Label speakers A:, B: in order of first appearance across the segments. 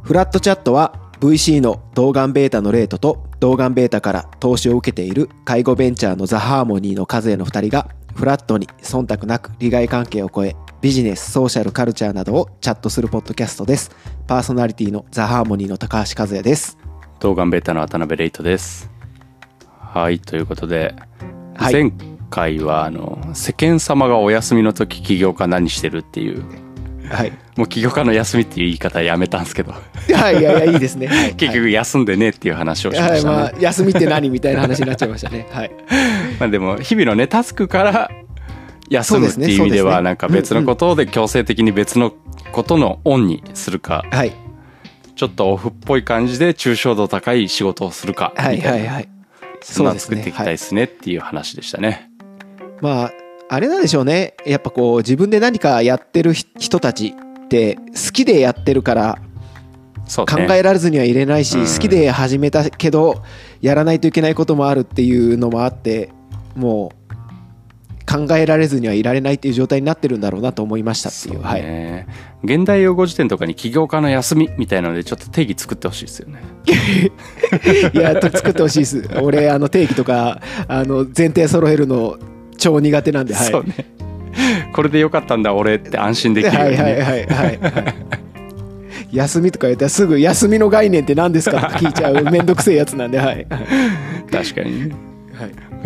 A: フラットチャットは VC のドーガンベータのレートとドーガンベータから投資を受けている介護ベンチャーのザ・ハーモニーの和也の2人がフラットに忖度なく利害関係を超えビジネス、ソーシャル、カルチャーなどをチャットするポッドキャストです。パーソナリティのザ・ハーモニーの高橋和也です。
B: ドーガンベータの渡辺レイトです。はい、ということで、
A: はい、
B: 前回は世間様がお休みの時起業家何してるっていう、
A: はい、
B: もう起業家の休みっていう言い方やめたんですけど
A: いやいいですね、はい、
B: 結局休んでねっていう話をしましたね、
A: はい、休みって何みたいな話になっちゃいましたね、はい、
B: まあでも日々のねタスクから休むっていう意味ではなんか別のことで強制的に別のことのオンにするか、
A: はい、
B: ちょっとオフっぽい感じで抽象度高い仕事をするかみたいな、
A: はいはいはい、
B: そんな作っていきたいですねっていう話でしたね。
A: まああれなんでしょうね、やっぱこう自分で何かやってる人たちって好きでやってるから考えられずにはいれないし、好きで始めたけどやらないといけないこともあるっていうのもあって、もう考えられずにはいられないっていう状態になってるんだろうなと思いましたっていう。はい、
B: 現代用語辞典とかに起業家の休みみたいなのでちょっと定義作ってほしいですよね
A: いや作ってほしいです。俺定義とか前提揃えるの超苦手なんで、はい、
B: そうね、これでよかったんだ俺って安心できるようにね。
A: はい休みとか言ったらすぐ休みの概念って何ですかって聞いちゃうめんどくせえやつなんで、はい、
B: 確かにね、はい、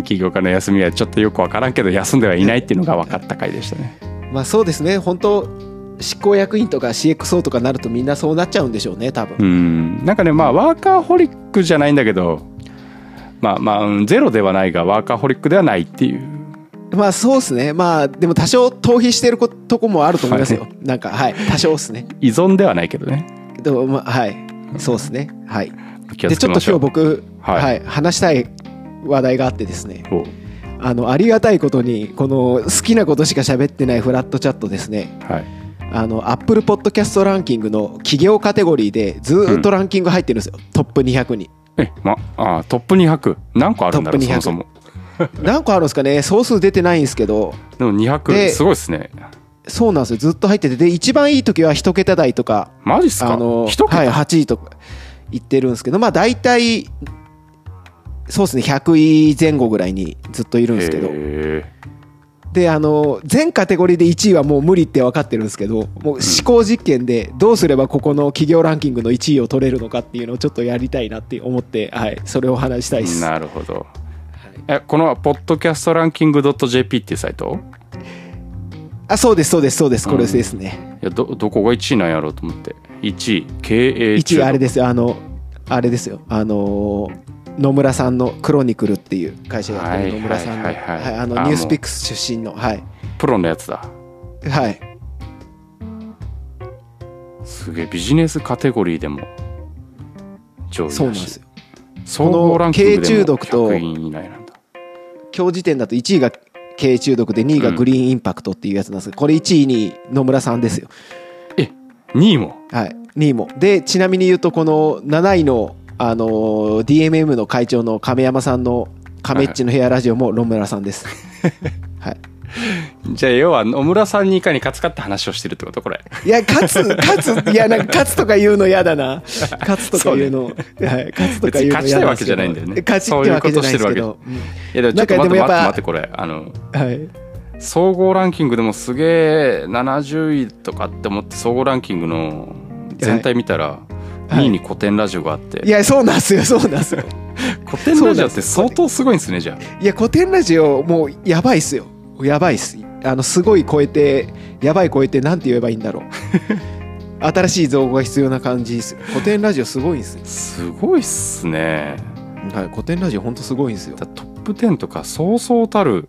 B: 起業家の休みはちょっとよく分からんけど休んではいないっていうのが分かった回でしたね。
A: まあそうですね、本当執行役員とか CXO とかなるとみんなそうなっちゃうんでしょうね多分。
B: なんかね、まあワーカーホリックじゃないんだけど、まあゼロではないがワーカーホリックではないっていう。
A: まあそうですね、まあでも多少逃避してるとこもあると思いますよ、はい、なんかはい多少ですね、
B: 依存ではないけどね。
A: でもまあはいそうですね、はい。でちょっと今日僕、はい、話したい話題があってですね、ありがたいことにこの好きなことしか喋ってないフラットチャットですね、はい、Apple Podcast ランキングの企業カテゴリーでずっとランキング入ってるんですよ、トップ200に。
B: トップ200何個あるんだろう、そもそも
A: 何個あるんですかね、総数出てないんですけど、
B: でも200すごいですね。
A: そうなんですよ、ずっと入ってて、で一番いい時は1桁台とか、
B: マジっすか、1桁、
A: はい、8位とかいってるんですけど、まあ大体そうですね100位前後ぐらいにずっといるんですけど、で全カテゴリーで1位はもう無理って分かってるんですけど、もう思考実験でどうすればここの企業ランキングの1位を取れるのかっていうのをちょっとやりたいなって思って、はい、それを話したいです。
B: なるほど。このポッドキャストランキング .jp っていうサイト？
A: そうですこれですね。
B: いやどこが1位なんやろうと思って。1位経営
A: 1位あれですよ、あれですよ、野村さんのクロニクルっていう会社やってる野村さんのニュースピックス出身の、はい、プ
B: ロのやつだ。
A: はい、
B: すげえ、ビジネスカテゴリーでも上位だし、
A: そうなんですよ。
B: 総合ランキングでも
A: 100
B: 位以内なんだ。
A: 今日時点だと1位が経営中毒で2位がグリーンインパクトっていうやつなんですけど、これ1位に野村さんですよ。
B: 2位も？
A: はい、2位もで、ちなみに言うとこの7位のDMM の会長の亀山さんの亀っちのヘアラジオも野村さんです、はい、
B: じゃあ要は野村さんにいかに勝つかって話をしてるってこと、これ。
A: いや勝ついや、なんか勝つとか言うの嫌だな、勝つとか言うの、はい、勝つとか言うの嫌だ。
B: 勝ちたいわけじゃないんだよね。
A: 勝ちってわけじゃないですけど、
B: いやでもちょっと待ってこれはい、総合ランキングでもすげえ70位とかって思って総合ランキングの全体見たら2位に古典ラジオがあって、
A: いやそうなんですよ古
B: 典ラジオって相当すごいんですね。じゃあ
A: いや古典ラジオもうやばいっすよ、やばいっす、すごい超えて、やばい超えて、なんて言えばいいんだろう新しい造語が必要な感じです。古典ラジオすごいんですよ。
B: すごいっすね。
A: はい、古典ラジオほんとすごいんですよ。
B: トップ10とかそうそうたる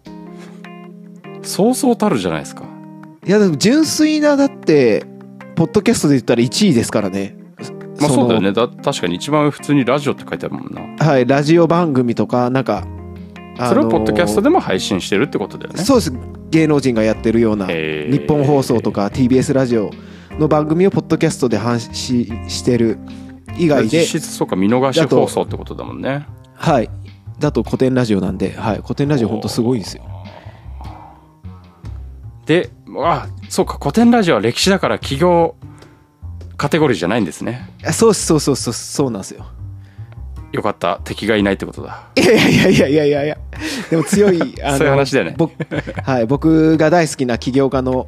B: じゃないですか。
A: いやでも純粋な、だってポッドキャストで言ったら1位ですからね。
B: まあそうだよね。確かに一番普通にラジオって書いてあるもんな。
A: はい、ラジオ番組とかなんか、
B: それをポッドキャストでも配信してるってことだよね。
A: そうです。芸能人がやってるような日本放送とか TBS ラジオの番組をポッドキャストで配信してる以外で、
B: 実質そうか、見逃し放送ってことだもんね。
A: はい、だと古典ラジオなんで、はい、古典ラジオほんとすごいんですよ。で、
B: そうか、古典ラジオは歴史だから企業カテゴリーじゃないんですね。
A: そうなんですよ。
B: よかった、敵がいないってことだ。
A: いやでも強いそう
B: いう話だよね。
A: 僕が大好きな起業家の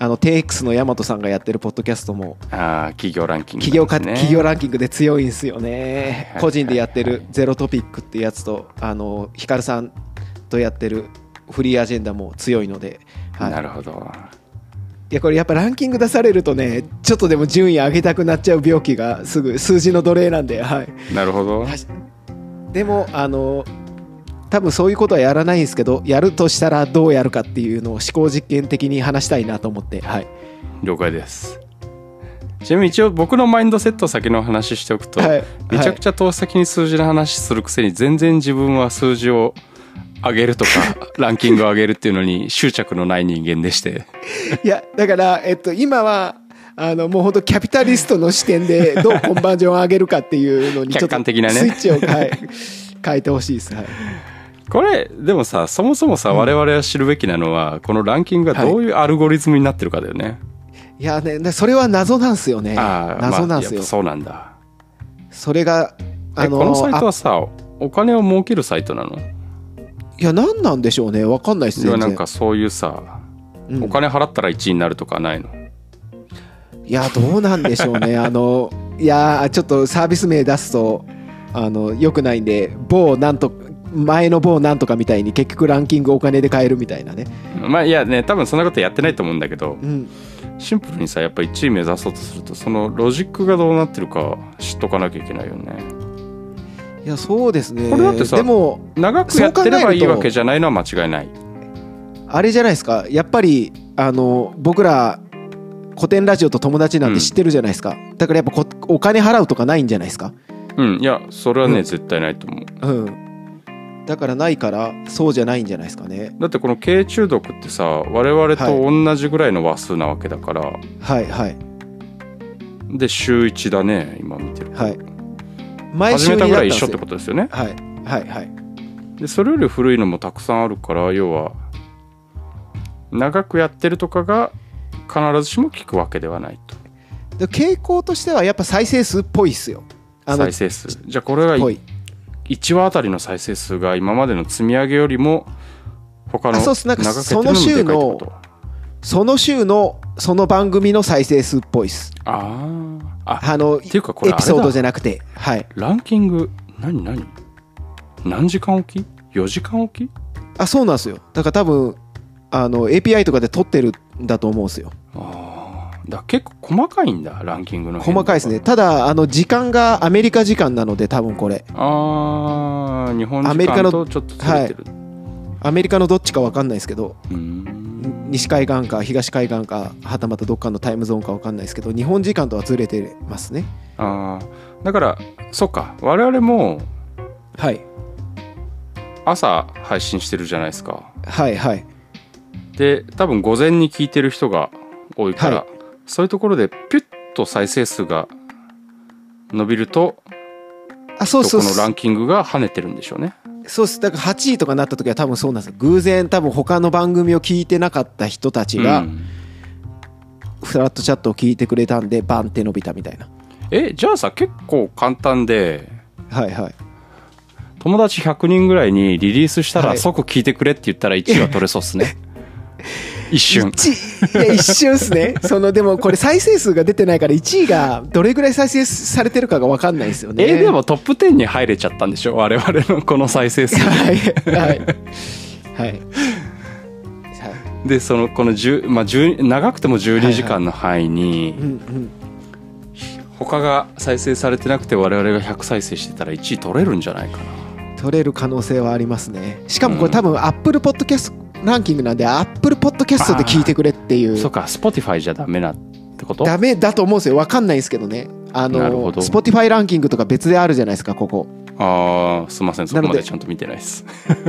A: 10X の大和さんがやってるポッドキャストも
B: 企業ランキング、
A: 企業ランキングで強いんですよね。個人でやってるゼロトピックってやつとヒカルさんとやってるフリーアジェンダも強いので、
B: なるほど。
A: いやこれやっぱランキング出されるとね、ちょっとでも順位上げたくなっちゃう病気がすぐ数字の奴隷なんで、
B: なるほど。
A: でも多分そういうことはやらないんですけど、やるとしたらどうやるかっていうのを思考実験的に話したいなと思って、
B: 了解です。ちなみに一応僕のマインドセット先の話しておくと、めちゃくちゃ遠先に数字の話するくせに全然自分は数字を上げるとかランキングを上げるっていうのに執着のない人間でして
A: いやだから、今はもう本当キャピタリストの視点でどうコンバージョンを上げるかっていうのにちょっとスイッチを変えてほしいです。
B: これでもさ、そもそもさ、我々は知るべきなのはこのランキングがどういうアルゴリズムになってるかだよね。
A: いやね、それは謎なんですよね。謎なんですよ。
B: そうなんだ。
A: それが
B: このサイトはさ、お金を儲けるサイトなの？
A: いや何なんでしょうね、分かんないですね。
B: なんかそういうさ、お金払ったら1位になるとかないの？
A: いやどうなんでしょうね。いやちょっとサービス名出すと良くないんで、前の某なんとかみたいに結局ランキングお金で買えるみたいなね。
B: いやね、多分そんなことやってないと思うんだけど、シンプルにさ、やっぱり1位目指そうとするとそのロジックがどうなってるか知っとかなきゃいけないよね。
A: いやそうですね。
B: これだってさ、でも長くやってればいいわけじゃないのは間違いない。
A: あれじゃないですか、やっぱり僕ら古典ラジオと友達なんて知ってるじゃないですか。だからやっぱお金払うとかないんじゃないですか。
B: いやそれはね、絶対ないと思う。
A: だからないからそうじゃないんじゃないですかね。
B: だってこの経中毒ってさ、我々と同じぐらいの話数なわけだから、で週1だね今見てる。
A: 毎週
B: 始めたぐらい一緒ってことですよね。でそれより古いのもたくさんあるから、要は長くやってるとかが必ずしも効くわけではないと。
A: で傾向としてはやっぱ再生数っぽいっすよ。
B: 再生数、じゃあこれが1話あたりの再生数が今までの積み上げよりも他の長くやってるのもでかいってこと？
A: その週のその番組の再生数っぽいっす。
B: っていうかこれ
A: エピソードじゃなくて、
B: ランキング何時間おき？ 4 時間おき？
A: そうなんですよ。だから多分API とかで取ってるんだと思うんですよ。
B: だ結構細かいんだ、ランキングの変動。
A: 細かいですね。ただ時間がアメリカ時間なので、多分これ
B: 日本時間とちょっとずれてる。
A: アメリカのどっちか分かんないですけど、西海岸か東海岸かはたまたどっかのタイムゾーンか分かんないですけど、日本時間とはずれてますね。
B: だからそうか、我々も朝配信してるじゃないですか。で多分午前に聞いてる人が多いから、そういうところでピュッと再生数が伸びると、このランキングが跳ねてるんでしょうね。
A: そうです。だから8位とかなった時は多分そうなんですよ。偶然多分他の番組を聞いてなかった人たちが、フラットチャットを聞いてくれたんでバンって伸びたみたいな。
B: じゃあさ、結構簡単で、友達100人ぐらいにリリースしたら即聞いてくれって言ったら1位は取れそうっすね。一瞬。
A: いや一瞬ですね。でもこれ再生数が出てないから1位がどれぐらい再生されてるかが分かんないですよね。
B: でもトップ10に入れちゃったんでしょ、我々のこの再生数。でこの長くても12時間の範囲に他が再生されてなくて我々が100再生してたら1位取れるんじゃないかな。
A: 取れる可能性はありますね。しかもこれ多分 Apple Podcastランキングなんで Apple Podcast で聞いてくれっていう。そうか、
B: Spotify じゃダメなってこと？
A: ダメだと思うんですよ。分かんないですけどね。Spotify ランキングとか別であるじゃないですか、ここ。
B: すいません、そこまでちゃんと見てないです。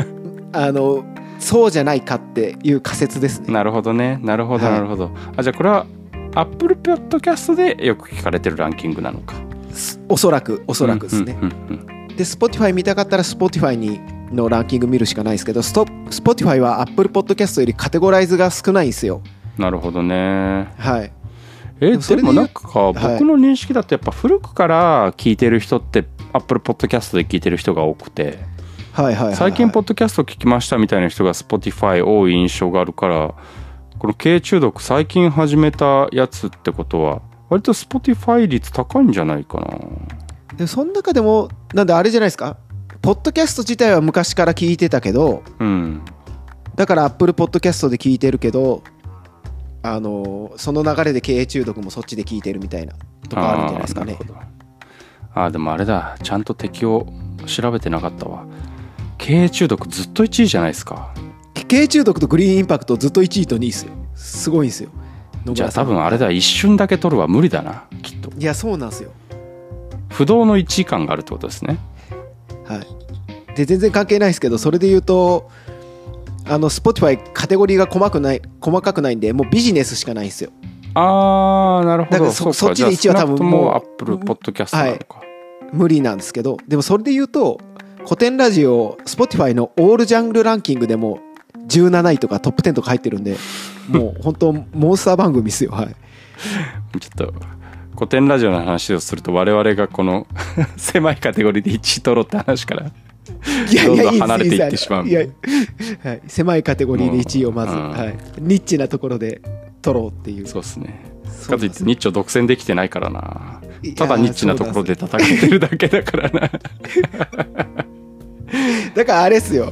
A: そうじゃないかっていう仮説ですね。
B: なるほどね。なるほど。じゃあこれは Apple Podcast でよく聞かれてるランキングなのか。
A: おそらくですね。で Spotify 見たかったら Spotify のランキング見るしかないですけど、Spotify は Apple Podcast よりカテゴライズが少ないんですよ。
B: なるほどね。 でもなんか僕の認識だとやっぱ古くから聞いてる人って Apple Podcast で聞いてる人が多くて、最近ポッドキャスト聞きましたみたいな人が Spotify 多い印象があるから、この経営中毒最近始めたやつってことは割と Spotify 率高いんじゃないかな。
A: でその中でもなんであれじゃないですか、ポッドキャスト自体は昔から聞いてたけど、だから Apple Podcast で聞いてるけど、その流れで経営中毒もそっちで聞いてるみたいなとかあるんじゃないですかね。
B: でもあれだ、ちゃんと敵を調べてなかったわ。経営中毒ずっと1位じゃないですか。
A: 経営中毒とグリーンインパクトずっと1位と2位ですよ。すごいんですよ。
B: じゃあ多分あれだ、一瞬だけ取るは無理だな、きっと。
A: いやそうなんですよ。
B: 不動の1位感があるってことですね。
A: で全然関係ないですけど、それで言うとSpotify カテゴリーが細かくないんで、もうビジネスしかないんですよ。
B: なるほど。だから
A: そっちで1位は多分もう
B: Apple Podcast なのか、
A: 無理なんですけど、でもそれで言うと古典ラジオ Spotify のオールジャンルランキングでも17位とかトップ10とか入ってるんで、もう本当モンスター番組ですよ。
B: ちょっと古典ラジオの話をすると我々がこの狭いカテゴリーで1位取ろうって話からどんどん離れていってしまう。
A: 狭いカテゴリーで1位をまず、ニッチなところで取ろうっていう。
B: そうですね。かといってニッチを独占できてないからな。ただニッチなところで戦ってるだけだからな。
A: だからあれですよ、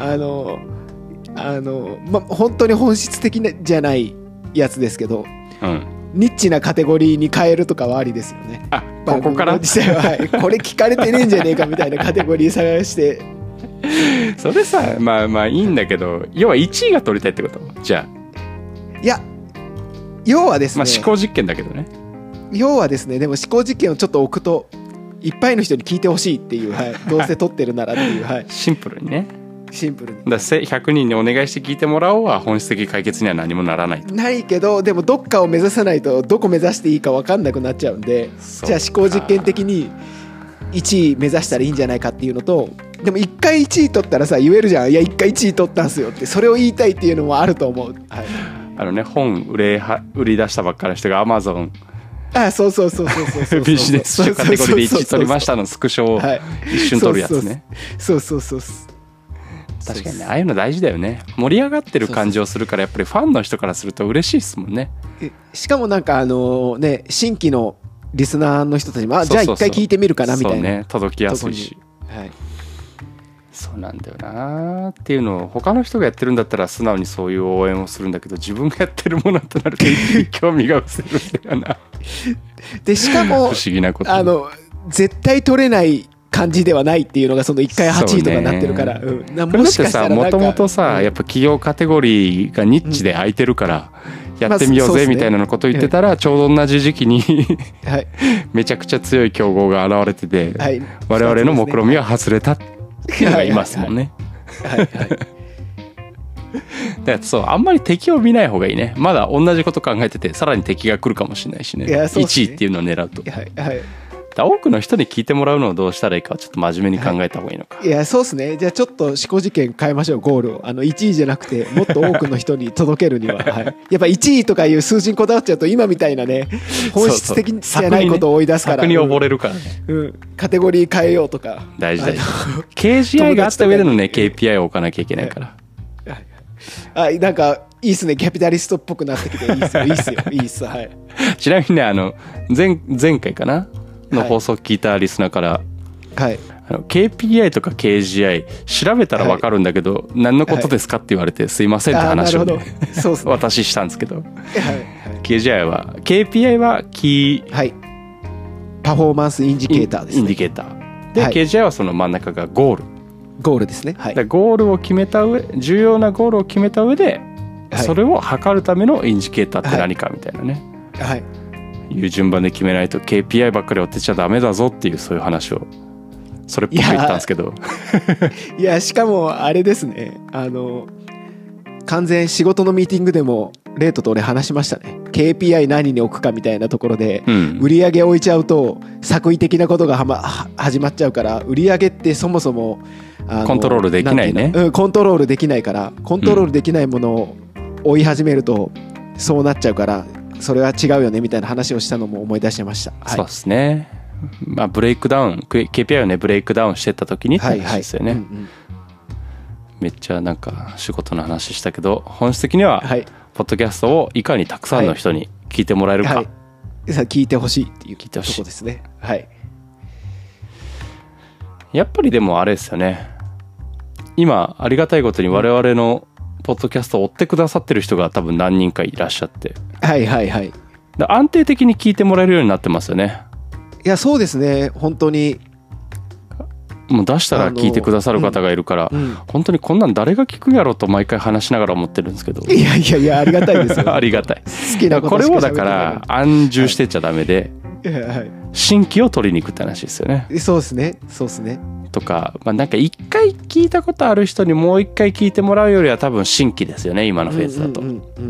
A: 本当に本質的じゃないやつですけど、ニッチなカテゴリーに変えるとかはありですよね。
B: ここから
A: 実際は、これ聞かれてねえんじゃねえかみたいなカテゴリー探して
B: それさ、まあいいんだけど、要は1位が取りたいってこと？じゃあ
A: いや、要はですね、
B: 思考実験だけどね。
A: 要はですね、でも思考実験をちょっと置くといっぱいの人に聞いてほしいっていう、どうせ取ってるならっていう、
B: シンプルにね。
A: シンプルに
B: だ100人にお願いして聞いてもらおうは本質的解決には何もならないと。
A: ないけど、でもどっかを目指さないとどこ目指していいか分かんなくなっちゃうんで、じゃあ思考実験的に1位目指したらいいんじゃないかっていうのと、でも1回1位取ったらさ言えるじゃん、いや1回1位取ったんすよって、それを言いたいっていうのもあると思う。
B: 本売り出したばっかりの人が Amazon
A: そう
B: ビジネスカテゴリーで1位取りましたのスクショを一瞬取るやつね。
A: そう
B: 確かにね、ああいうの大事だよね。盛り上がってる感じをするから、やっぱりファンの人からすると嬉しいですもんね。
A: しかもなんか新規のリスナーの人たちもじゃあ一回聞いてみるかなみたいな、
B: そうね、届きやすいし、そうなんだよなっていうのを他の人がやってるんだったら素直にそういう応援をするんだけど、自分がやってるものとなると興味が薄れるんだよな。
A: でしかも不
B: 思議なこと
A: 絶対取れない感じではないっていうのがその1回8位とかになってるから、
B: もしかしたらもともとさ、やっぱ企業カテゴリーがニッチで空いてるからやってみようぜみたいなこと言ってたら、ちょうど同じ時期にめちゃくちゃ強い競合が現れてて、我々の目論見みは外れたっていうのがいますもんね。だからあんまり敵を見ない方がいいね。まだ同じこと考えててさらに敵が来るかもしれないしね。1位っていうのを狙うと。多くの人に聞いてもらうのをどうしたらいいかちょっと真面目に考えた方がいいのか。
A: いやそうですね。じゃあちょっと思考実験変えましょう。ゴールを1位じゃなくてもっと多くの人に届けるには、やっぱ1位とかいう数字にこだわっちゃうと今みたいなね本質的じゃないことを追い出すから、
B: 作に溺れるからね、
A: カテゴリー変えようとか
B: 大事KGI があった上でのね KPI を置かなきゃいけないから、
A: なんかいいっすね。キャピタリストっぽくなってきていいっすよいいっす。
B: ちなみにね前回かなの放送聞いたリスナーから、KPI とか KGI 調べたら分かるんだけど、何のことですかって言われてすいませんって話を、ね私したんですけど、KGI は KPI はキー、
A: パフォーマンスインジケーターですね。
B: インディケーターで、KGI はその真ん中がゴールですね。ゴールを決めた上、重要なゴールを決めた上で、それを測るためのインジケーターって何かみたいなね、いう順番で決めないと KPI ばっかり追ってちゃダメだぞっていう、そういう話をそれっぽく言ったんですけど、
A: いやしかもあれですね、完全仕事のミーティングでもレイトと俺話しましたね。 KPI 何に置くかみたいなところで、売り上げ置いちゃうと作為的なことが始まっちゃうから、売り上げってそもそも
B: コントロールできないね。
A: コントロールできないから、コントロールできないものを追い始めるとそうなっちゃうから、 それは違うよねみたいな話をしたのも思い出してました。はい、
B: そうですね。まあブレイクダウン KPI をねブレイクダウンしてった時にって話ですよね。はいはい、うんうん、めっちゃなんか仕事の話したけど本質的には、はい、ポッドキャストをいかにたくさんの人に聞いてもらえるか、はい、
A: 聞いてほしいっていうとこですね。はい。
B: やっぱりでもあれですよね。今ありがたいことに我々のポッドキャストを追ってくださってる人が多分何人かいらっしゃって、
A: はいはいはい。
B: 安定的に聞いてもらえるようになってますよね。
A: いやそうですね。本当に
B: もう出したら聞いてくださる方がいるから、本当にこんなん誰が聞くんやろうと毎回話しながら思ってるんですけど。
A: いやいやいやありがたいですよ。
B: ありがたい。
A: 好きなこと
B: これをだから安住してっちゃダメで、
A: はい、
B: 新規を取りに行くって話ですよね。
A: そうですねそうですね。
B: とか、まあ、なんか一回聞いたことある人にもう一回聞いてもらうよりは多分新規ですよね今のフェーズだと。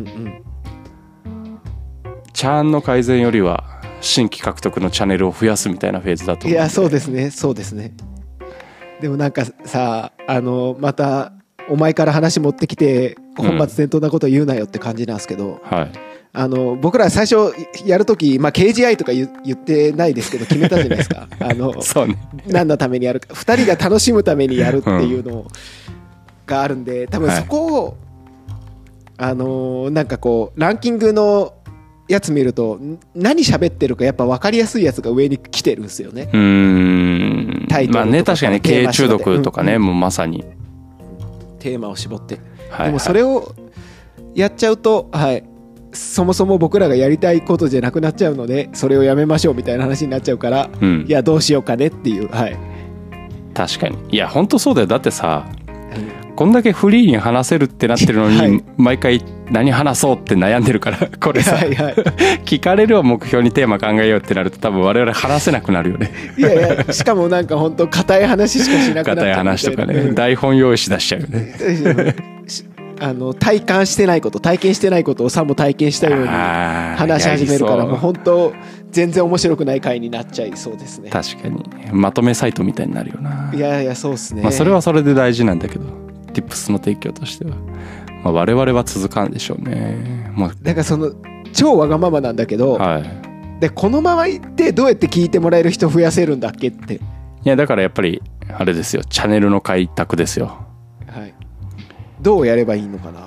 B: チャーンの改善よりは新規獲得のチャンネルを増やすみたいなフェーズだと思う。
A: いやそうですねそうですね。でもなんかさまたお前から話持ってきて本末転倒なこと言うなよって感じなんですけど、
B: はい、
A: 僕ら最初やるとき、まあ、KGI とか言ってないですけど決めたじゃないですか。
B: そうね、
A: 何のためにやるか2人が楽しむためにやるっていうのがあるんで多分そこを、なんかこうランキングのやつ見ると何喋ってるかやっぱ分かりやすいやつが上に来てるんですよね。タイトルとか、
B: まあね、確かに経営中毒とかね、もうまさに
A: テーマを絞って、でもそれをやっちゃうと、はい、そもそも僕らがやりたいことじゃなくなっちゃうのでそれをやめましょうみたいな話になっちゃうから、いやどうしようかねっていう、はい、
B: 確かにいや本当そうだよ。だってさ、こんだけフリーに話せるってなってるのに、はい、毎回何話そうって悩んでるからこれさ、はいはい、聞かれるを目標にテーマ考えようってなると多分我々話せなくなるよね。
A: いやいやしかもなんか本当硬い話しかしなくなっちゃう。
B: 硬い話とかね、台本用意しだしちゃうよね。
A: 体験してないことをさも体験したように話し始めるからもう本当全然面白くない回になっちゃいそうですね。
B: 確かにまとめサイトみたいになるよな。
A: いやいやそうですね、
B: まあ、それはそれで大事なんだけどTips の提供としては、まあ、我々は続かんでしょうね。もう
A: だからその超わがままなんだけど、
B: はい、
A: でこのままいってどうやって聞いてもらえる人増やせるんだっけって。い
B: やだからやっぱりあれですよ、チャンネルの開拓ですよ。
A: はい、どうやればいいのかな。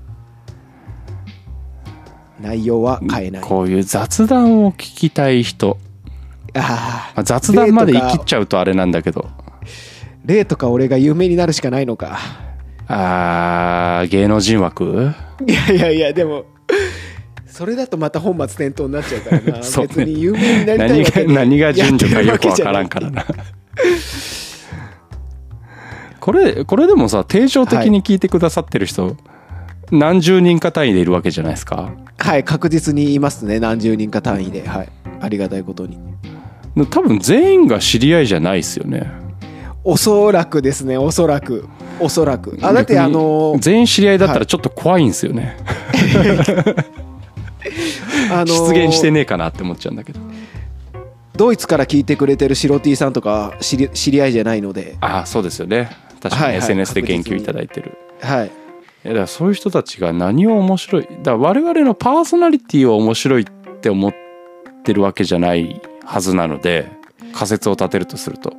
A: 内容は変えない。
B: こういう雑談を聞きたい人、まあ、雑談まで言い切っちゃうとあれなんだけど、
A: 例とか俺が有名になるしかないのか。
B: 芸能人枠。
A: いやでもそれだとまた本末転倒になっちゃうからな。そう、ね、別に有名になりたいわけで
B: 何が順序かよくわからんからな。これでもさ定常的に聞いてくださってる人、はい、何十人か単位でいるわけじゃないですか。
A: はい、確実にいますね。何十人か単位で、はい、ありがたいことに。
B: 多分全員が知り合いじゃないですよね。
A: おそらくですね。おそらくだって
B: 全員知り合いだったらちょっと怖いんですよね。出現してねえかなって思っちゃうんだけど。
A: ドイツから聞いてくれてるシロティさんとか知り合いじゃないので。
B: そうですよね。確かに SNS で言及いただいてる。
A: はい。
B: だからそういう人たちが何を面白い、だから我々のパーソナリティを面白いって思ってるわけじゃないはずなので、仮説を立てるとすると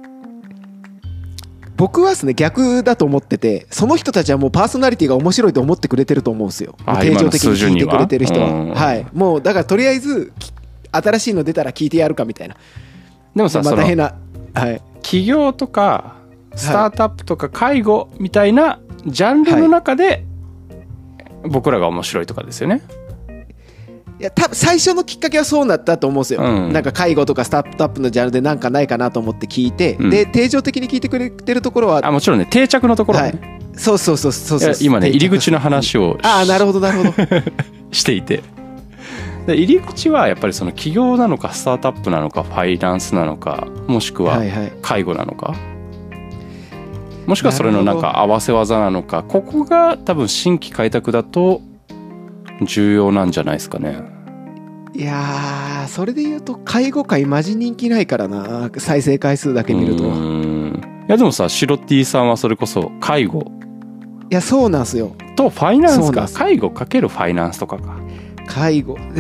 A: 僕はですね逆だと思ってて、その人たちはもうパーソナリティが面白いと思ってくれてると思うんですよ。定常的に聞いてくれてる人は、はい、もうだからとりあえず新しいの出たら聞いてやるかみたいな。
B: でもさ、
A: また変な、はい、
B: 企業とかスタートアップとか介護みたいなジャンルの中で僕らが面白いとかですよね。
A: いや多分最初のきっかけはそうなったと思うんですよ、なんか介護とかスタートアップのジャンルでなんかないかなと思って聞いて、で定常的に聞いてくれてるところは
B: もちろんね、定着のところはね、
A: はい、そう
B: 今ね入り口の話を
A: なるほど
B: していて、で入り口はやっぱりその企業なのかスタートアップなのかファイナンスなのかもしくは介護なのか、もしくはそれのなんか合わせ技なのか、ここが多分新規開拓だと重要なんじゃないですかね。
A: いやそれで言うと介護界マジ人気ないからな、再生回数だけ見ると。い
B: やでもさ、シロティさんはそれこそ介護、
A: いやそうなんすよ、
B: とファイナンスか、介護かけるファイナンスとかか。
A: 介護でも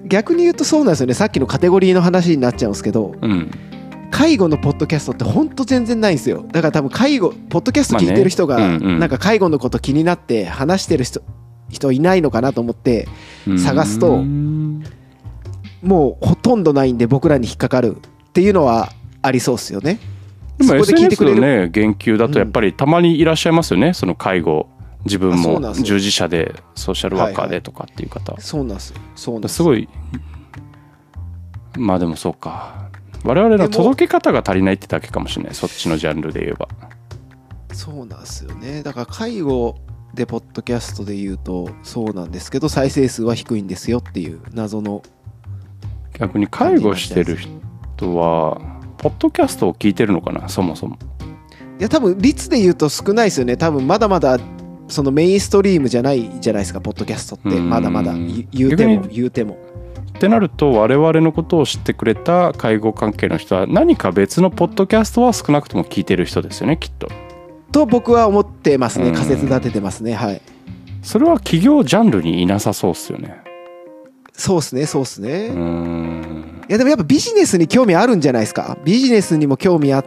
A: 逆に言うとそうなんですよね。さっきのカテゴリーの話になっちゃうんですけど、
B: うん、
A: 介護のポッドキャストって本当全然ないんですよ。だから多分介護ポッドキャスト聞いてる人がなんか介護のこと気になって話してる人いないのかなと思って探すと、もうほとんどないんで僕らに引っかかるっていうのはありそうですよね。
B: でも SNS のね言及だとやっぱりたまにいらっしゃいますよね、その介護自分も従事者でソーシャルワーカーでとかっていう方、はいはい、
A: そうなんですよ。そうなんです。
B: すごい。まあでもそうか、我々の届け方が足りないってだけかもしれない、そっちのジャンルで言えば。
A: そうなんですよね。だから介護でポッドキャストで言うとそうなんですけど、再生数は低いんですよっていう謎の。
B: 逆に介護してる人はポッドキャストを聞いてるのかな、そもそも。
A: いや多分率で言うと少ないですよね。多分まだまだそのメインストリームじゃないじゃないですか、ポッドキャストって。まだまだ言うても
B: ってなると、我々のことを知ってくれた介護関係の人は何か別のポッドキャストは少なくとも聞いてる人ですよね、きっと。
A: と僕は思ってますね。仮説立ててますね。はい。
B: それは企業ジャンルにいなさそうっすよね。
A: そうっすね、そうっすね。いやでもやっぱビジネスに興味あるんじゃないですか。ビジネスにも興味あって、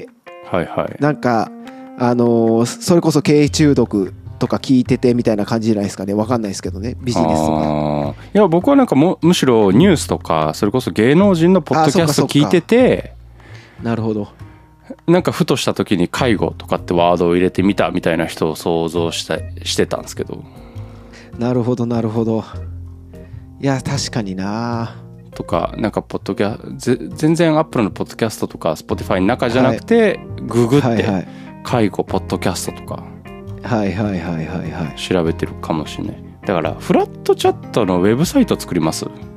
B: はいはい。
A: なんかそれこそ経営中毒とか聞いててみたいな感じじゃないですかね。分かんないですけどね、ビジネスとか。
B: いや僕はなんかむしろニュースとかそれこそ芸能人のポッドキャスト聞いてて、
A: なるほど。
B: なんかふとした時に介護とかってワードを入れてみたみたいな人を想像してたんですけど。
A: なるほどなるほど。いや確かにな。
B: とかなんか全然アップルのポッドキャストとか Spotify の中じゃなくて、ググって介護ポッドキャストとか調べてるかもしれない。だからフラットチャットのウェブサイト作ります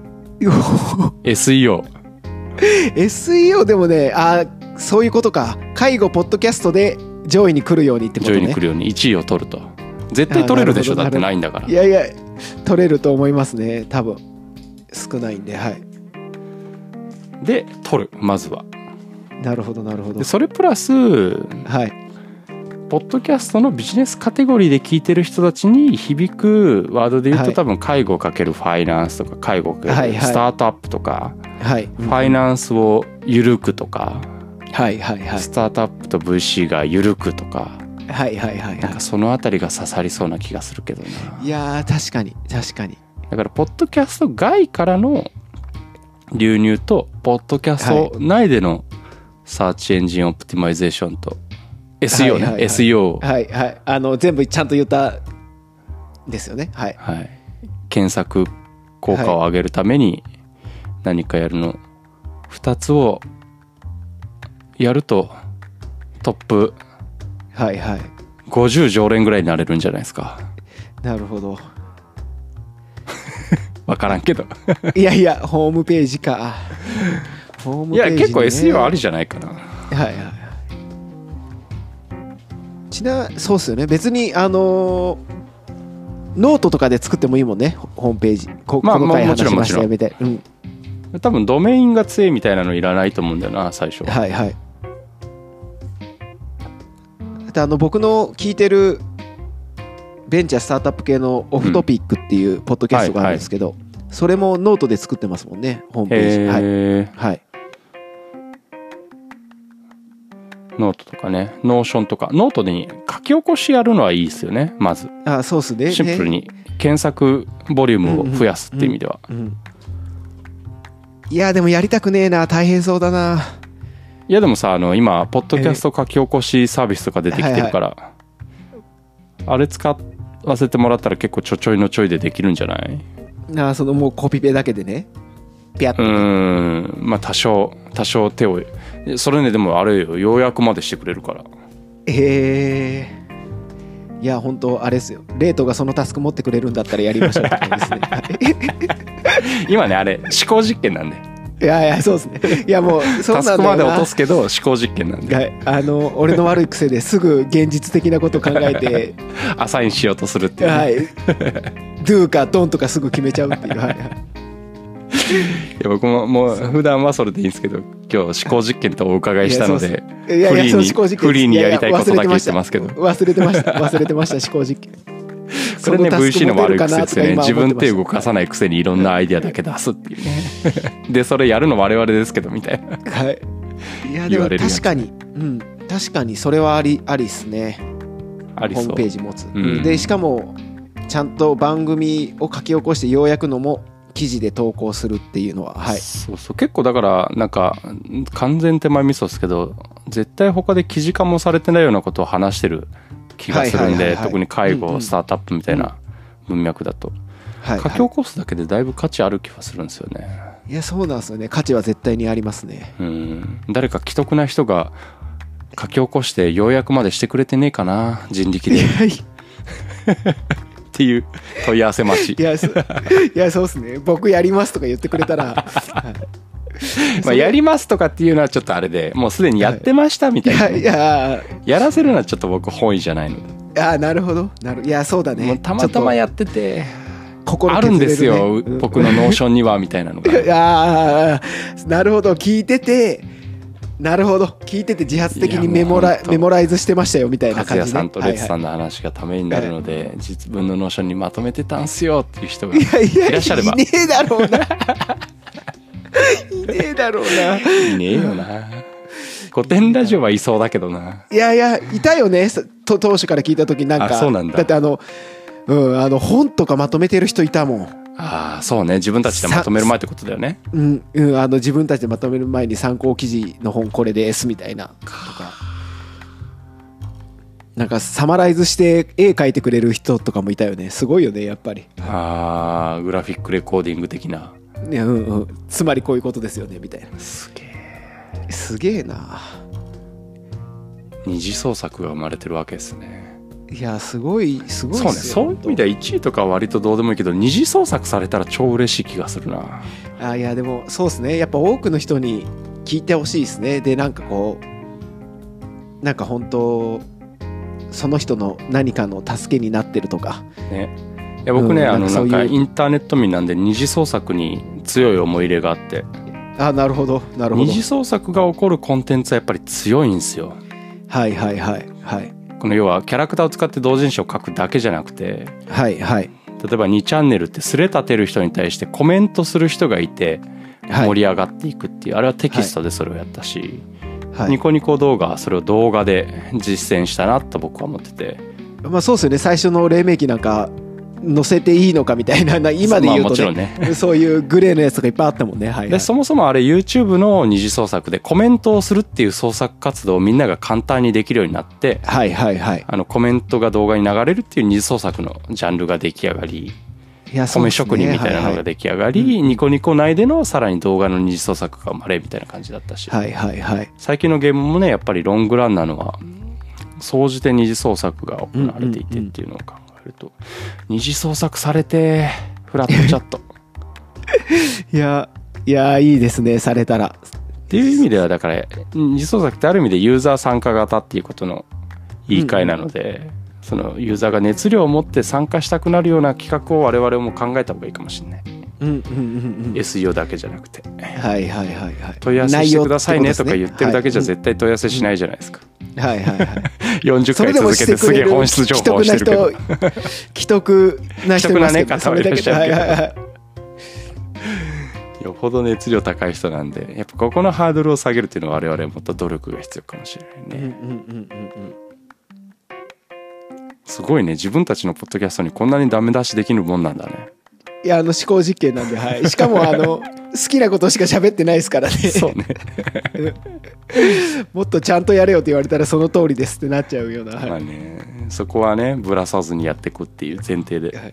B: 。SEO
A: でもね、そういうことか。介護ポッドキャストで上位に来るようにってことね。
B: 上位に来るように1位を取ると。絶対取れるでしょ、だってないんだから。
A: いやいや取れると思いますね、多分。少ないんで。はい。
B: で取る、まずは。
A: なるほどなるほど。
B: でそれプラス、
A: はい、
B: ポッドキャストのビジネスカテゴリーで聞いてる人たちに響くワードで言うと、多分介護×ファイナンスとか介護×スタートアップとか、ファイナンスを緩くとか、スタートアップと VC が緩くとか、なんかそのあたりが刺さりそうな気がするけどな。
A: いや確かに確かに。
B: だからポッドキャスト外からの流入とポッドキャスト内でのサーチエンジンオプティマイゼーションと SEO ね、SEO
A: 全部ちゃんと言ったですよね。はい、
B: 検索効果を上げるために何かやるの2つをやるとトップ50常連ぐらいになれるんじゃないですか。
A: なるほど。
B: 分からんけど
A: いやホームページか。ホームページ、ね、
B: いや結構 SEO ありじゃないかな。
A: そうっすよね。別にノートとかで作ってもいいもんね、ホームページ。この回話しましたよみたいな。
B: 多分ドメインが強いみたいなのいらないと思うんだよな、最初。
A: 僕の聞いてるベンチャースタートアップ系のオフトピックっていうポッドキャストがあるんですけど、それもノートで作ってますもんね、ホームページ。
B: ノートとかね、ノーションとか、ノートに書き起こしやるのはいいですよね、まず。
A: そうっすね。
B: シンプルに検索ボリュームを増やすっていう意味では。
A: いやでもやりたくねえな、大変そうだな。
B: いやでもさ、今ポッドキャスト書き起こしサービスとか出てきてるから、あれ使わせてもらったら結構ちょいのちょいでできるんじゃない？
A: そのもうコピペだけでね、ピャッと。
B: まあ多少手を、それね。でもあれよ、要約までしてくれるから。
A: いや本当あれですよ、レートがそのタスク持ってくれるんだったらやりましょうって感じですね。
B: 今ね、あれ思考実験なんで。
A: いやそうですね。いやもうそうなんだよな。タスクま
B: で落とすけど思考実験なんで。
A: 俺の悪い癖ですぐ現実的なこと考えて
B: アサインしようとするっていう、
A: do か don't とかすぐ決めちゃうっていう。い
B: や僕もう普段はそれでいいんですけど、今日思考実験とお伺いしたので、フリーにやりたいことだけ言ってますけど。
A: 忘れてました思考実験。
B: それね VC の悪い癖ですよね。自分手動かさないくせにいろんなアイディアだけ出すっていうねでそれやるの我々ですけどみたいな
A: はい。いやでも確かに、確かにそれはありっすね。
B: ありそう。
A: ホームページ持つ、でしかもちゃんと番組を書き起こして要約のも記事で投稿するっていうのは、はい、
B: そうそう、結構だからなんか完全手前味噌ですけど、絶対他で記事化もされてないようなことを話してる気がするんで、特に介護、スタートアップみたいな文脈だと、書き起こすだけでだいぶ価値ある気がするんですよね。
A: いやそうなんですよね。価値は絶対にありますね。
B: 誰か既得な人が書き起こして要約までしてくれてねえかな、人力でっていう問い合わせ待ち。いや
A: そうですね。僕やりますとか言ってくれたら
B: まあやりますとかっていうのはちょっとあれで、もうすでにやってましたみたいな、やらせるのはちょっと僕本意じゃないので。
A: なるほどいやそうだね。もう
B: たまたまやっててあるんですよ、僕のノーションにはみたいなのが
A: なるほど、聞いてて自発的にメモライズしてましたよみたいな感じで、
B: 勝也さんとレツさんの話がためになるので、自分のノーションにまとめてたんすよっていう人がいらっしゃれば。
A: いねえだろうないねえだろうな。
B: いねえよな。古典ラジオはいそうだけどな。
A: いやいたよね、当初から聞いた時。なんか
B: そうなんだ。
A: だって本とかまとめてる人いたもん。
B: そうね、自分たちでまとめる前ってことだよね。
A: 自分たちでまとめる前に参考記事の本これですみたいなとか、なんかサマライズして絵描いてくれる人とかもいたよね。すごいよねやっぱり。
B: グラフィックレコーディング的な。
A: つまりこういうことですよねみたいな。すげえな。
B: 二次創作が生まれてるわけですね。
A: いやすごいですよ。
B: そうね、そういう意味では1位とかは割とどうでもいいけど、二次創作されたら超嬉しい気がするな。
A: いやでもそうですね。やっぱ多くの人に聞いてほしいですね。でなんかこうなんか本当その人の何かの助けになってるとか
B: ね。いや僕ね、なんかインターネット民なんで二次創作に強い思い入れがあって。
A: なるほど。
B: 二次創作が起こるコンテンツはやっぱり強いんですよ。
A: はい。
B: この要はキャラクターを使って同人誌を書くだけじゃなくて、例えば2チャンネルってスレ立てる人に対してコメントする人がいて盛り上がっていくっていう、あれはテキストでそれをやったし、ニコニコ動画はそれを動画で実践したなと僕は思ってて、
A: そうですよね。最初の黎明期なんか載せていいのかみたいな、今で言うと
B: もちろんね
A: そういうグレーのやつとかいっぱいあったもんね。
B: でそもそもあれ YouTube の二次創作でコメントをするっていう創作活動をみんなが簡単にできるようになって、コメントが動画に流れるっていう二次創作のジャンルが出来上がり、米職人みたいなのが出来上がり、ニコニコ内でのさらに動画の二次創作が生まれみたいな感じだったし、最近のゲームもねやっぱりロングランなのは総じて二次創作が行われていてっていうのを考えると、二次創作されてフラットチャット
A: いやいいですね、されたら
B: っていう意味では、だから二次創作ってある意味でユーザー参加型っていうことの言い換えなので、そのユーザーが熱量を持って参加したくなるような企画を我々も考えた方がいいかもしれない。SEO だけじゃなくて、問い合わせしてくださいねとか言ってるだけじゃ絶対問い合わせしないじゃないですか。40回続けてすげえ本質情報をしてるけど、
A: 既得な人いますけど、
B: それだけじゃよほど熱量高い人なんで、やっぱここのハードルを下げるっていうのは我々はもっと努力が必要かもしれないね。すごいね、自分たちのポッドキャストにこんなにダメ出しできるもんなんだね。
A: いや思考実験なんで、しかも好きなことしか喋ってないですからね。
B: そうね
A: もっとちゃんとやれよって言われたらその通りですってなっちゃうような、
B: まあね、そこはねぶらさずにやっていくっていう前提で、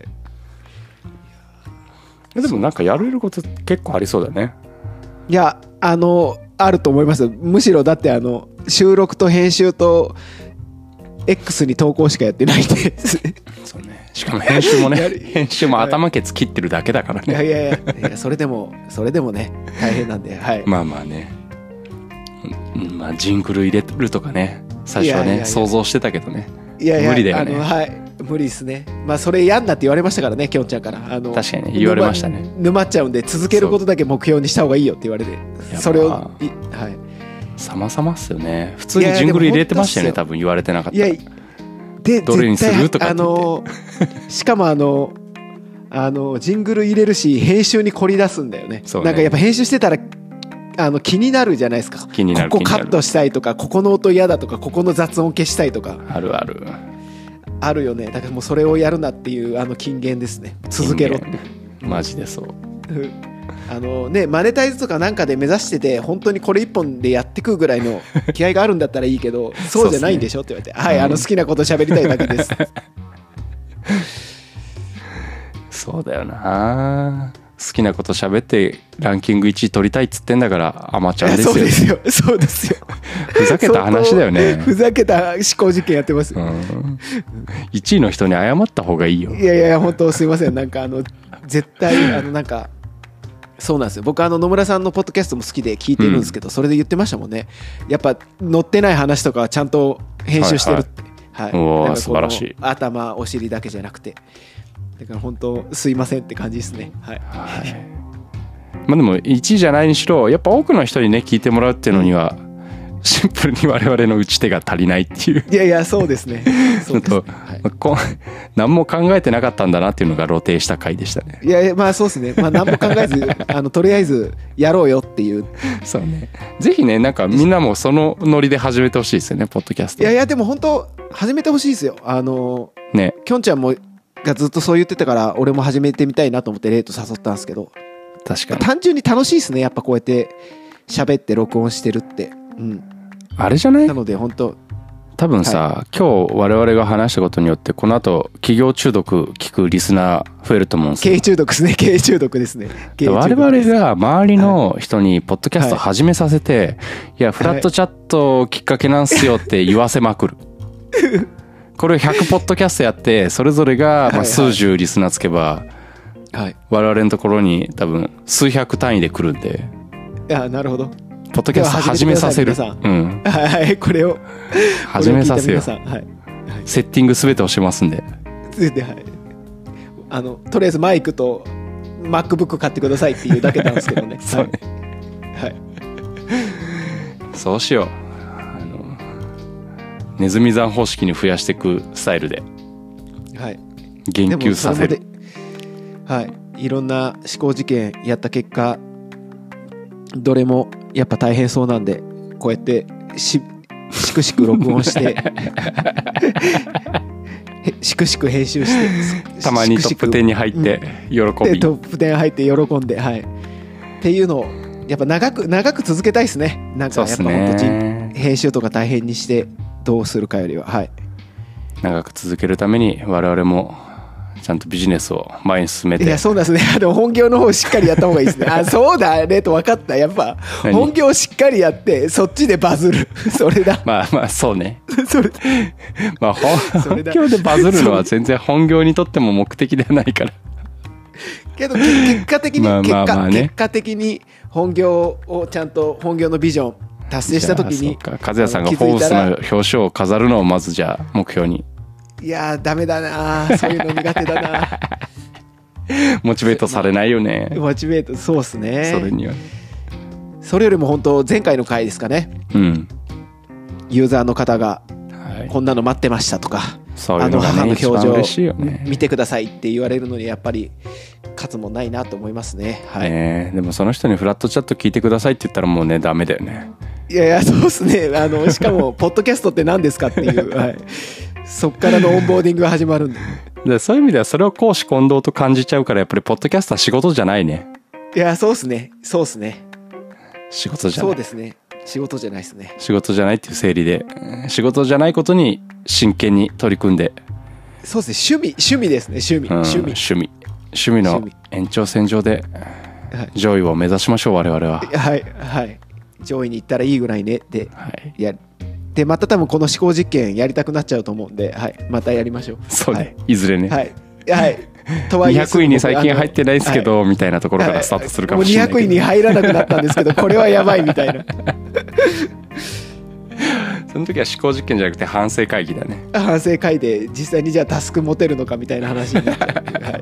B: でもなんかやれること結構ありそうだね。いや
A: あると思います。むしろだって収録と編集とX に投稿しかやってないんで
B: そうね、しかも編集もね編集も頭ケツ切ってるだけだからね。
A: いやそれでもね大変なんで、
B: まあね、まあジングル入れるとかね、最初はね想像してたけどね、無理だよね。
A: 無理ですね。まあそれやんなって言われましたからね、きょんちゃんから。
B: 確かにね、言われましたね。
A: 沼っちゃうんで続けることだけ目標にした方がいいよって言われて、それを様
B: 々っすよね。普通にジングル入れてましたよね、多分言われてなかったら。
A: で
B: どれにするとか
A: しかもジングル入れるし編集に凝り出すんだよね。なんかやっぱ編集してたら気になるじゃないですか。
B: 気になる。
A: ここカットしたいとか、ここの音嫌だとか、ここの雑音消したいとか。
B: あるある。
A: あるよね。だからもうそれをやるなっていう金言ですね。続けろって。
B: マジでそう。
A: マネタイズとかなんかで目指してて本当にこれ一本でやってくぐらいの気合があるんだったらいいけどそうじゃないんでしょって言われて、はい、好きなこと喋りたいだけです。
B: そうだよな。好きなこと喋ってランキング1位取りたいっつってんだからアマちゃんですよ。
A: そうですよ、そうですよ。
B: ふざけた話だよね。
A: ふざけた思考実験やってますよ。
B: 1位の人に謝った方がいいよ。
A: いやいや本当すいません。なんか絶対なんかそうなんですよ。僕野村さんのポッドキャストも好きで聞いてるんですけど、それで言ってましたもんね。やっぱ載ってない話とかはちゃんと編集してるって。はい、
B: おー素晴らしい。
A: 頭お尻だけじゃなくて、だから本当すいませんって感じですね。はい。はい、
B: まあでも1位じゃないにしろやっぱ多くの人にね聞いてもらうっていうのにはシンプルに我々の打ち手が足りないっていう。
A: いやいやそうですね。そうですね。
B: 何も考えてなかったんだなっていうのが露呈した回でしたね。
A: いやいやまあそうですね。まあ何も考えずとりあえずやろうよっていう。
B: そうね。ぜひねなんかみんなもそのノリで始めてほしいですよねポッドキャスト。
A: いやいやでも本当始めてほしいですよ。
B: ね。
A: きょんちゃんもがずっとそう言ってたから俺も始めてみたいなと思ってレイと誘ったんですけど。
B: 確かに。
A: 単純に楽しいですね。やっぱこうやって喋って録音してるって。うん。
B: あれじゃない？
A: なので本当
B: 多分さ、はい、今日我々が話したことによってこの後企業中毒聞くリスナー増えると思うんですよ。
A: 経営中毒ですね。経営中毒ですね。
B: 我々が周りの人にポッドキャスト始めさせて、はい、いやフラットチャットきっかけなんすよって言わせまくる。これを100ポッドキャストやってそれぞれがまあ数十リスナーつけば、はい、我々のところに多分数百単位で来るんで。
A: いやなるほど。
B: ポッドキャスト始めさせる。
A: うん。はい、これを
B: 始めさせよう。
A: はい。
B: セッティングすべて押しますんで。
A: はい。とりあえずマイクと MacBook 買ってくださいっていうだけなんですけどね。
B: そうね。
A: はい。
B: そうしよう。ネズミ山方式に増やしていくスタイルで。
A: はい。
B: 言及させる。
A: はい。いろんな思考実験やった結果。どれもやっぱ大変そうなんでこうやってしくしく録音してしくしく編集して
B: たまにトップ10に入って喜び、ト
A: ップ10入って喜んで、はい、っていうのをやっぱ長く続けたいですね。なんかやっぱ本当編集とか大変にしてどうするかよりは、はい、
B: 長く続けるために我々もちゃんとビジネスを前に進めて。
A: いやそうなんですね。本業の方しっかりやった方がいいですね。そうだねと分かった。やっぱ本業しっかりやってそっちでバズる。それだ。
B: まあそうね。
A: それ
B: まあ本業でバズるのは全然本業にとっても目的ではないから。
A: けど結果的に結果的に本業をちゃんと本業のビジョン達成した時に
B: 和也さんがフォーブスの表紙を飾るのをまずじゃあ目標に。
A: いやダメだな。そういうの苦手だな。
B: モチベートされないよね。
A: モチベートそうですね。
B: それには
A: それよりも本当前回の回ですかね、
B: うん、
A: ユーザーの方がこんなの待ってましたとか、
B: そういうのがね、
A: 母の表情
B: 嬉しいよね。
A: 見てくださいって言われるのにやっぱり勝つもないなと思いますね。はい、
B: でもその人にフラットチャット聞いてくださいって言ったらもうねダメだよね。
A: いやいやそうですね。しかもポッドキャストって何ですかっていう、はい、そっからのオンボーディングが始まるん
B: でそういう意味ではそれを公私混同と感じちゃうからやっぱりポッドキャストは仕事じゃないね。
A: いやそうですね。そうですね。
B: 仕事じゃない。
A: そうですね。仕事じゃないですね。
B: 仕事じゃないっていう整理で仕事じゃないことに真剣に取り組んで。
A: そうですね。趣味ですね。
B: 趣味の延長線上で上位を目指しましょう我々は。
A: はいはい。上位に行ったらいいぐらいねで、
B: はい、
A: でまた多分この思考実験やりたくなっちゃうと思うんで、はい、またやりましょう。
B: そうね、はい、いずれね。
A: はいはい。とはいえ
B: 200位に最近入ってないですけど、はい、みたいなところからスタートするかもしれないけど、
A: もう200位に入らなくなったんですけどこれはやばいみたいな。
B: その時は思考実験じゃなくて反省会議だね。
A: 反省会で実際にじゃあタスク持てるのかみたいな話になって、はい、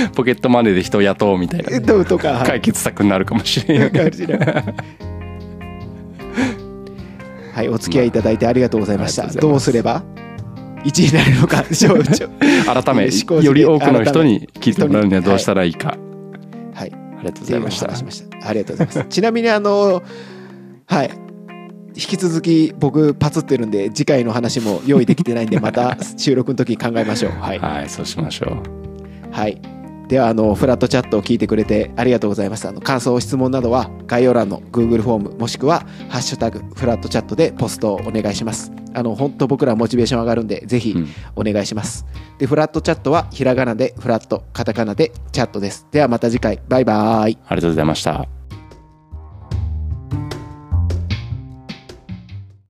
B: ポケットマネーで人を雇おうみたいな、ね、
A: とか、
B: 解決策になるかもしれない。
A: はい、お付き合いいただいてありがとうございました。どうすれば1位になるのか
B: 改めより多くの人に聞いてもらうにはどうしたらいいか。
A: はい、
B: ありがとうございました。
A: ありがとうございます。ちなみにはい、引き続き僕パツってるんで次回の話も用意できてないんでまた収録の時に考えましょう。はい、
B: はい、そうしましょう。
A: はい、ではフラットチャットを聞いてくれてありがとうございました。感想質問などは概要欄の Google フォームもしくはハッシュタグフラットチャットでポストをお願いします。本当僕らモチベーション上がるんでぜひお願いします。でフラットチャットはひらがなでフラット、カタカナでチャットです。ではまた次回、バイバイ。
B: ありがとうございました。